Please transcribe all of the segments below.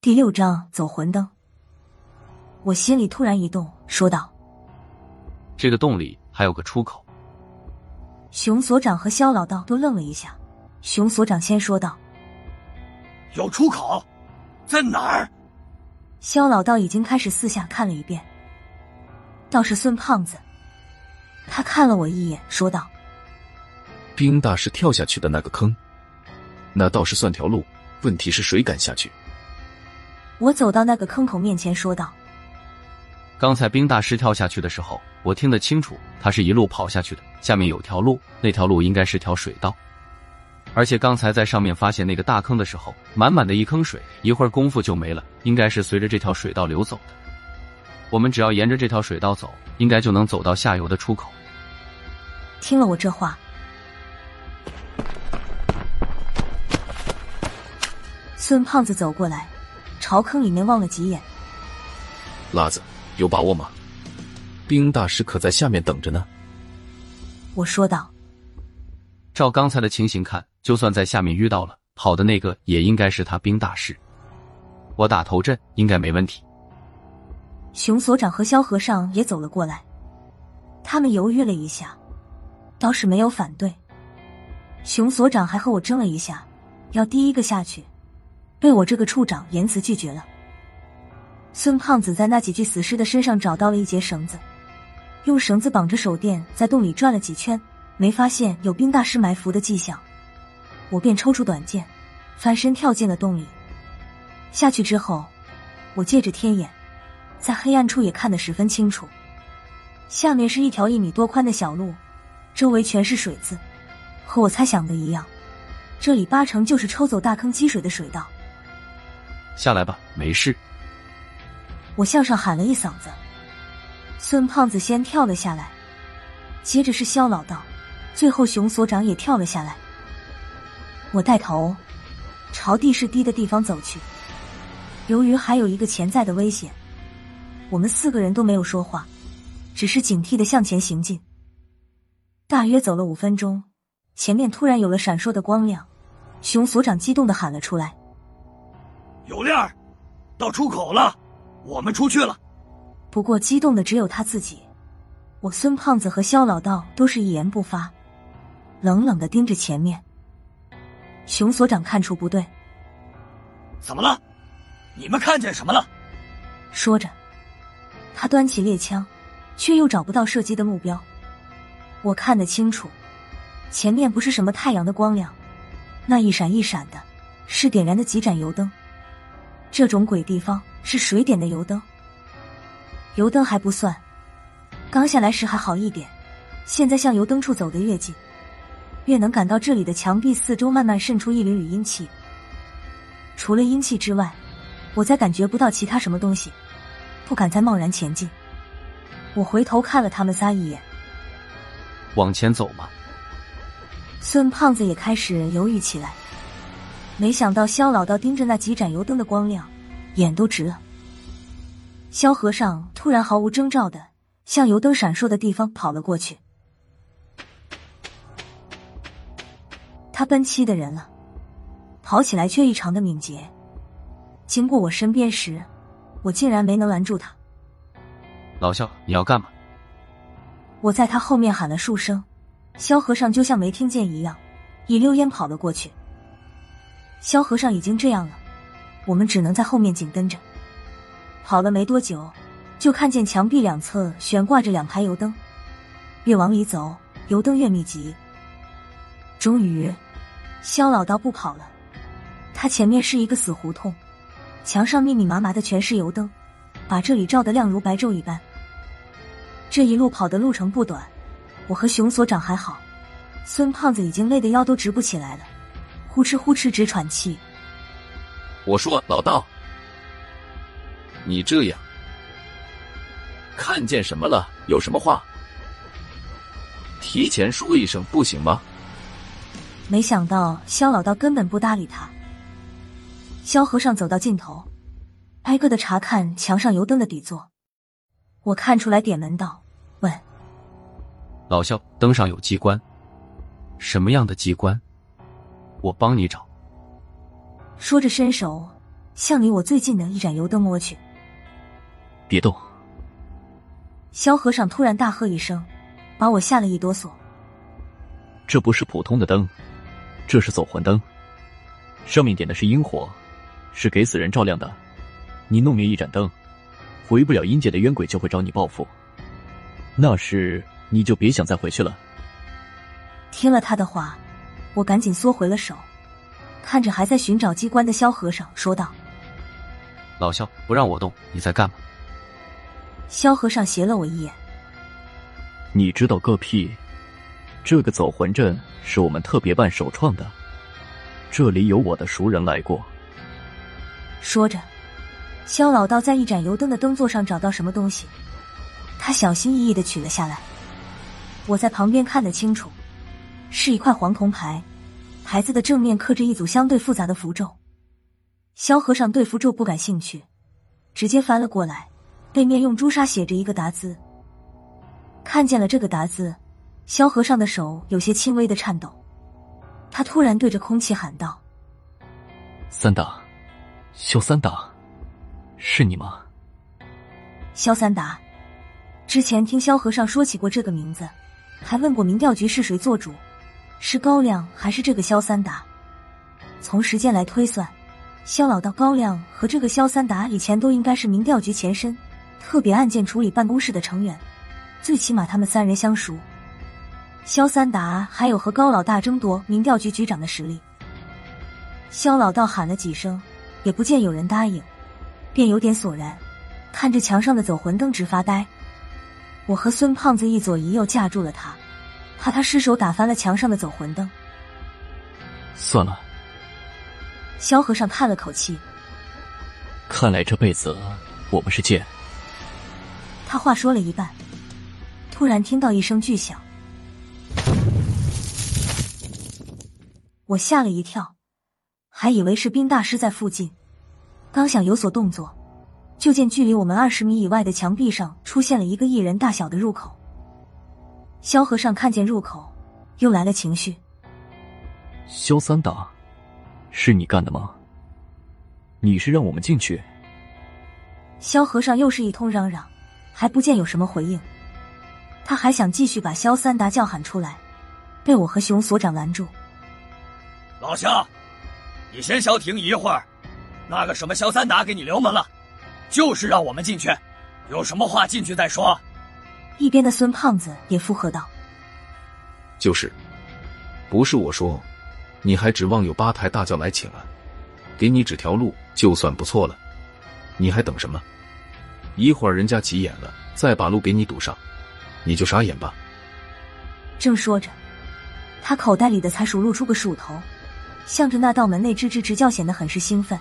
第6章走魂灯。我心里突然一动，说道： 这个洞里还有个出口。 熊所长和肖老道都愣了一下。熊所长先说道： 有出口？在哪儿？ 肖老道已经开始四下看了一遍，倒是孙胖子，他看了我一眼，说道： 冰大师跳下去的那个坑，那倒是算条路，问题是谁敢下去？ 我走到那个坑口面前，说道： 刚才冰大师跳下去的时候，我听得清楚，他是一路跑下去的，下面有条路，那条路应该是条水道。而且刚才在上面发现那个大坑的时候，满满的一坑水，一会儿功夫就没了，应该是随着这条水道流走的。我们只要沿着这条水道走，应该就能走到下游的出口。 听了我这话，孙胖子走过来，朝坑里面望了几眼。 辣子，有把握吗？冰大师可在下面等着呢。 我说道： 照刚才的情形看，就算在下面遇到了，跑的那个也应该是他冰大师。我打头阵应该没问题。 熊所长和萧和尚也走了过来，他们犹豫了一下，倒是没有反对。熊所长还和我争了一下，要第一个下去，被我这个处长严词拒绝了。孙胖子在那几具死尸的身上找到了一截绳子，用绳子绑着手电，在洞里转了几圈，没发现有冰大师埋伏的迹象。我便抽出短剑，翻身跳进了洞里。下去之后，我借着天眼，在黑暗处也看得十分清楚。下面是一条1米多宽的小路，周围全是水渍，和我猜想的一样，这里8成就是抽走大坑积水的水道。 下来吧，没事。 我向上喊了一嗓子。孙胖子先跳了下来，接着是肖老道，最后熊所长也跳了下来。我带头朝地势低的地方走去。由于还有一个潜在的危险，我们4个人都没有说话，只是警惕地向前行进。大约走了5分钟，前面突然有了闪烁的光亮，熊所长激动地喊了出来： 有链儿，到出口了，我们出去了。 不过激动的只有他自己，我孙胖子和肖老道都是一言不发，冷冷地盯着前面。熊所长看出不对： 怎么了？你们看见什么了？ 说着，他端起猎枪，却又找不到射击的目标。我看得清楚，前面不是什么太阳的光亮，那一闪一闪的，是点燃的几盏油灯。这种鬼地方是谁点的油灯？油灯还不算，刚下来时还好一点，现在向油灯处走得越近，越能感到这里的墙壁四周慢慢渗出一缕缕阴气。除了阴气之外，我再感觉不到其他什么东西，不敢再贸然前进。我回头看了他们仨一眼。 往前走吗？ 孙胖子也开始犹豫起来。没想到肖老道盯着那几盏油灯的光亮，眼都直了。萧和尚突然毫无征兆地向油灯闪烁的地方跑了过去。他奔7的人了，跑起来却异常的敏捷。经过我身边时，我竟然没能拦住他。 老肖，你要干嘛？ 我在他后面喊了数声，萧和尚就像没听见一样，一溜烟跑了过去。萧和尚已经这样了，我们只能在后面紧跟着。跑了没多久，就看见墙壁两侧悬挂着2排油灯，越往里走，油灯越密集。终于，萧老道不跑了，他前面是一个死胡同，墙上密密麻麻的全是油灯，把这里照得亮如白昼一般。这一路跑的路程不短，我和熊所长还好，孙胖子已经累得腰都直不起来了，呼哧呼哧直喘气。 我说老道，你这样看见什么了？有什么话提前说一声不行吗？ 没想到萧老道根本不搭理他。萧和尚走到尽头，挨个的查看墙上油灯的底座。我看出来，点门道，问： 老肖，灯上有机关。什么样的机关？我帮你找。 说着伸手向离我最近的一盏油灯摸去。 别动！ 萧和尚突然大喝一声，把我吓了一哆嗦。 这不是普通的灯，这是走魂灯，上面点的是阴火，是给死人照亮的。你弄灭一盏灯，回不了阴界的冤鬼就会找你报复，那时你就别想再回去了。 听了他的话，我赶紧缩回了手，看着还在寻找机关的萧和尚说道： 老萧，不让我动，你在干嘛？ 萧和尚斜了我一眼。 你知道个屁，这个走魂阵是我们特别办首创的，这里有我的熟人来过。 说着，萧老道在一盏油灯的灯座上找到什么东西，他小心翼翼地取了下来。我在旁边看得清楚，是一块黄铜牌，牌子的正面刻着一组相对复杂的符咒。萧和尚对符咒不感兴趣，直接翻了过来，背面用朱砂写着一个达字。看见了这个达字，萧和尚的手有些轻微的颤抖，他突然对着空气喊道： 三达，萧三达，是你吗？ 萧三达，之前听萧和尚说起过这个名字，还问过民调局是谁做主，是高亮还是这个萧三达。从时间来推算，萧老道、高亮和这个萧三达以前都应该是民调局前身特别案件处理办公室的成员，最起码他们三人相熟。萧三达还有和高老大争夺民调局局长的实力。萧老道喊了几声，也不见有人答应，便有点索然，看着墙上的走魂灯直发呆。我和孙胖子一左一右架住了他，怕他失手打翻了墙上的走魂灯。 算了。 萧和尚叹了口气， 看来这辈子我们是贱。 他话说了一半，突然听到一声巨响，我吓了一跳，还以为是冰大师在附近，刚想有所动作，就见距离我们20米以外的墙壁上出现了一个1人大小的入口。萧和尚看见入口，又来了情绪。 萧三达，是你干的吗？你是让我们进去？ 萧和尚又是一通嚷嚷，还不见有什么回应。他还想继续把萧三达叫喊出来，被我和熊所长拦住。 老萧，你先消停一会儿，那个什么萧三达给你留门了，就是让我们进去，有什么话进去再说。 一边的孙胖子也附和道： 就是，不是我说，你还指望有8抬大轿来请啊？给你指条路就算不错了，你还等什么？一会儿人家急眼了，再把路给你堵上，你就傻眼吧。 正说着，他口袋里的财鼠露出个鼠头，向着那道门内吱吱直叫，显得很是兴奋。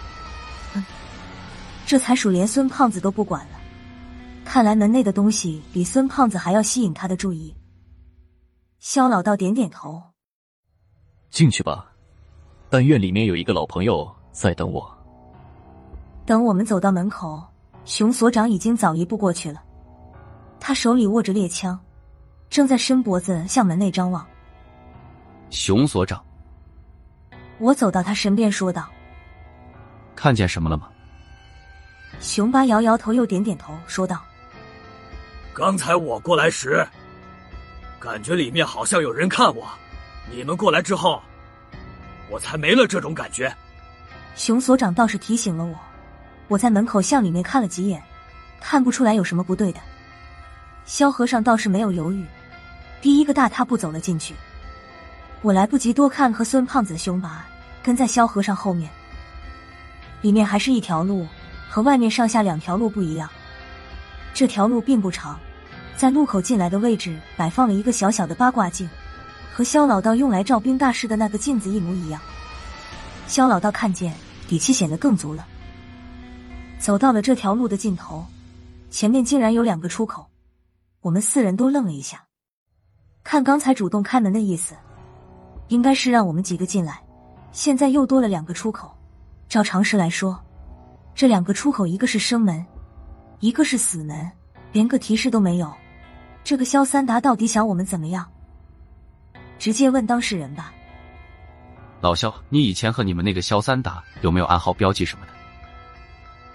这财鼠连孙胖子都不管了，看来门内的东西比孙胖子还要吸引他的注意。萧老道点点头， 进去吧，但愿里面有一个老朋友在等我。 等我们走到门口，熊所长已经早一步过去了，他手里握着猎枪，正在伸脖子向门内张望。 熊所长， 我走到他身边说道： 看见什么了吗？ 熊八摇摇头又点点头说道： 刚才我过来时，感觉里面好像有人看我，你们过来之后，我才没了这种感觉。 熊所长倒是提醒了我，我在门口向里面看了几眼，看不出来有什么不对的。萧和尚倒是没有犹豫，第一个大踏步走了进去。我来不及多看，和孙胖子、熊拔跟在萧和尚后面。里面还是一条路，和外面上下2条路不一样。这条路并不长，在路口进来的位置摆放了一个小小的八卦镜，和萧老道用来照冰大师的那个镜子一模一样。萧老道看见，底气显得更足了。走到了这条路的尽头，前面竟然有2个出口，我们4人都愣了一下。看刚才主动开门的意思，应该是让我们几个进来，现在又多了2个出口。照常识来说，这2个出口一个是生门，一个是死门，连个提示都没有。这个萧三达到底想我们怎么样？直接问当事人吧。 老萧，你以前和你们那个萧三达有没有暗号标记什么的？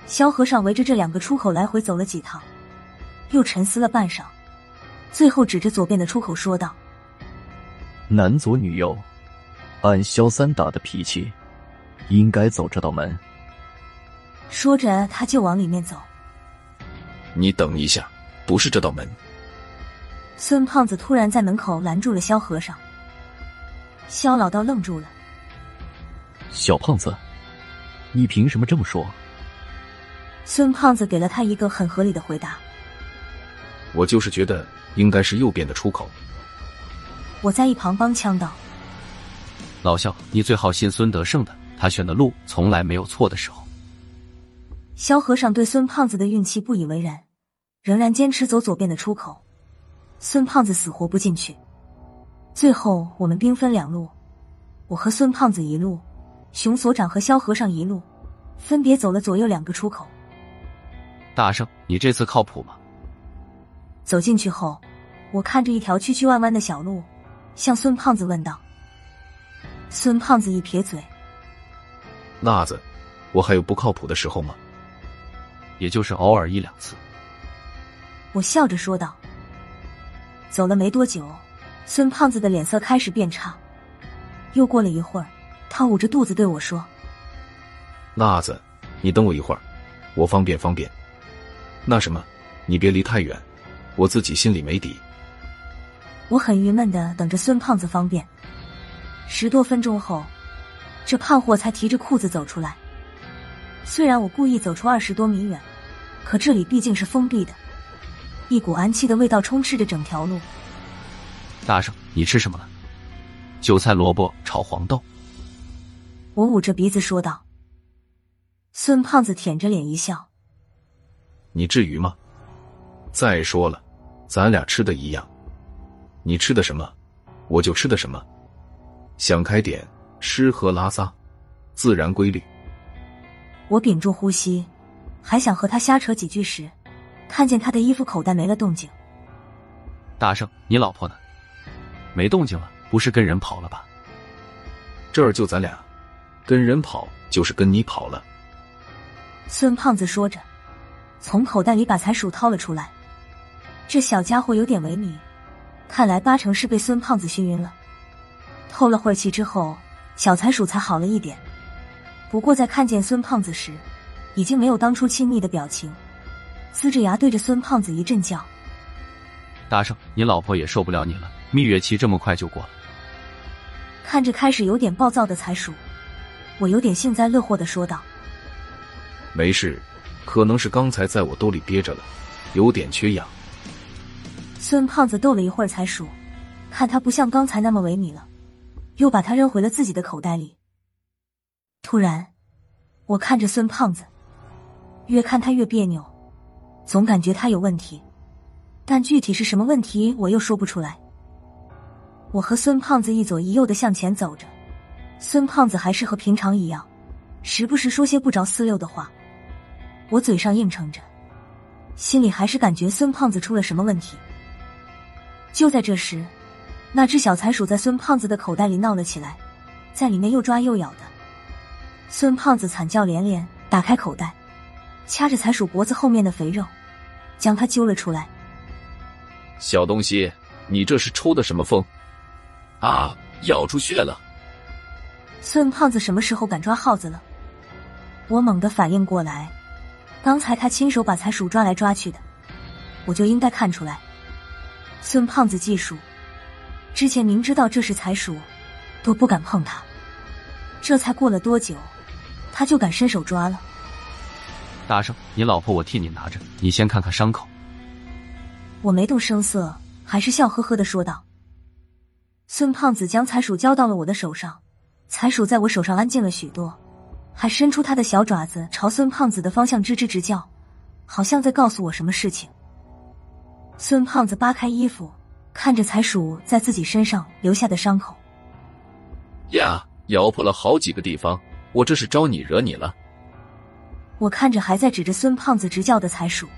萧和尚围着这2个出口来回走了几趟，又沉思了半晌，最后指着左边的出口说道：“ 男左女右，按萧三打的脾气，应该走这道门。” 说着，他就往里面走。 你等一下，不是这道门。 孙胖子突然在门口拦住了萧和尚。萧老道愣住了。 小胖子，你凭什么这么说？ 孙胖子给了他一个很合理的回答。 我就是觉得应该是右边的出口。 我在一旁帮腔道：“ 老萧，你最好信孙德胜的，他选的路从来没有错的时候。” 萧和尚对孙胖子的运气不以为然，仍然坚持走左边的出口。孙胖子死活不进去。最后我们兵分2路，我和孙胖子一路，熊所长和萧和尚一路，分别走了左右2个出口。 大圣，你这次靠谱吗？ 走进去后，我看着一条曲曲弯弯的小路，向孙胖子问道。孙胖子一撇嘴：“ 辣子，我还有不靠谱的时候吗？ 也就是偶尔1-2次。” 我笑着说道。走了没多久，孙胖子的脸色开始变差。又过了一会儿，他捂着肚子对我说：“ 辣子，你等我一会儿，我方便。那什么，你别离太远，我自己心里没底。” 我很郁闷地等着孙胖子方便。10多分钟后，这胖货才提着裤子走出来。虽然我故意走出20多米远，可这里毕竟是封闭的，一股氨气的味道充斥着整条路。 大圣，你吃什么了？韭菜萝卜炒黄豆。 我捂着鼻子说道。孙胖子舔着脸一笑：“ 你至于吗？再说了，咱俩吃的一样，你吃的什么，我就吃的什么。想开点，吃喝拉撒，自然规律。” 我屏住呼吸，还想和他瞎扯几句时，看见他的衣服口袋没了动静。 大圣，你老婆呢？没动静了，不是跟人跑了吧？ 这儿就咱俩，跟人跑就是跟你跑了。 孙胖子说着，从口袋里把财鼠掏了出来。这小家伙有点萎靡，看来8成是被孙胖子熏晕了。透了会儿气之后，小财鼠才好了一点。不过在看见孙胖子时，已经没有当初亲昵的表情，呲着牙对着孙胖子一阵叫：“ 大圣，你老婆也受不了你了，蜜月期这么快就过了。” 看着开始有点暴躁的财鼠，我有点幸灾乐祸地说道：“ 没事，可能是刚才在我兜里憋着了，有点缺氧。” 孙胖子逗了一会儿财鼠，看他不像刚才那么萎靡了，又把他扔回了自己的口袋里。突然，我看着孙胖子，越看他越别扭，总感觉他有问题，但具体是什么问题我又说不出来。我和孙胖子一左一右的向前走着，孙胖子还是和平常一样，时不时说些不着四六的话。我嘴上应承着，心里还是感觉孙胖子出了什么问题。就在这时，那只小财鼠在孙胖子的口袋里闹了起来，在里面又抓又咬的。孙胖子惨叫连连，打开口袋，掐着财鼠脖子后面的肥肉，将它揪了出来。 小东西，你这是抽的什么风？啊，咬出血了！ 孙胖子什么时候敢抓耗子了？我猛地反应过来，刚才他亲手把财鼠抓来抓去的，我就应该看出来。孙胖子技术，之前明知道这是财鼠，都不敢碰它。这才过了多久，他就敢伸手抓了。 大圣，你老婆我替你拿着，你先看看伤口。 我没动声色，还是笑呵呵地说道。孙胖子将财鼠交到了我的手上，财鼠在我手上安静了许多，还伸出他的小爪子朝孙胖子的方向吱吱直叫，好像在告诉我什么事情。孙胖子扒开衣服，看着财鼠在自己身上留下的伤口。 呀，咬破了好几个地方，我这是招你惹你了。 我看着还在指着孙胖子直叫的财鼠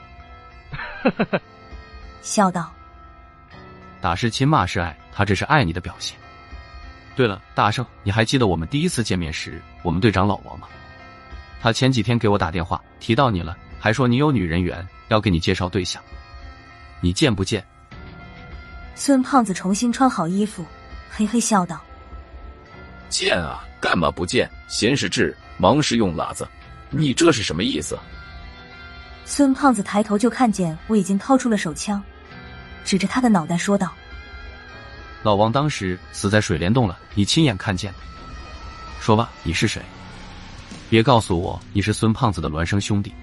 笑道： 打是亲，骂是爱，他这是爱你的表现。对了，大圣，你还记得我们第一次见面时，我们队长老王吗？ 他前几天给我打电话，提到你了，还说你有女人缘，要给你介绍对象。你见不见？ 孙胖子重新穿好衣服，嘿嘿笑道：“ 见啊，干嘛不见？闲时智，忙时用喇子，你这是什么意思？” 孙胖子抬头就看见我已经掏出了手枪，指着他的脑袋说道：“ 老王当时死在水帘洞了，你亲眼看见的。说吧，你是谁？别告诉我你是孙胖子的孪生兄弟。”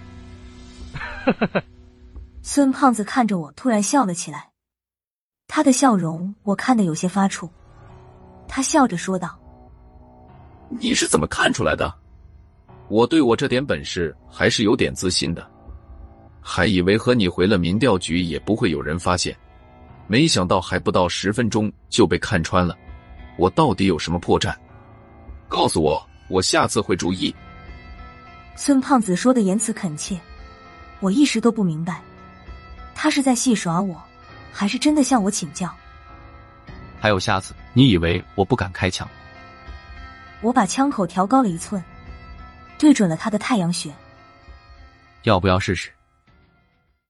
孙胖子看着我，突然笑了起来。他的笑容我看得有些发怵。他笑着说道：“ 你是怎么看出来的？我对我这点本事还是有点自信的，还以为和你回了民调局也不会有人发现，没想到还不到10分钟就被看穿了。我到底有什么破绽？告诉我，我下次会注意。” 孙胖子说的言辞恳切，我一时都不明白，他是在戏耍我，还是真的向我请教。 还有下次，你以为我不敢开枪？ 我把枪口调高了1寸，对准了他的太阳穴。 要不要试试？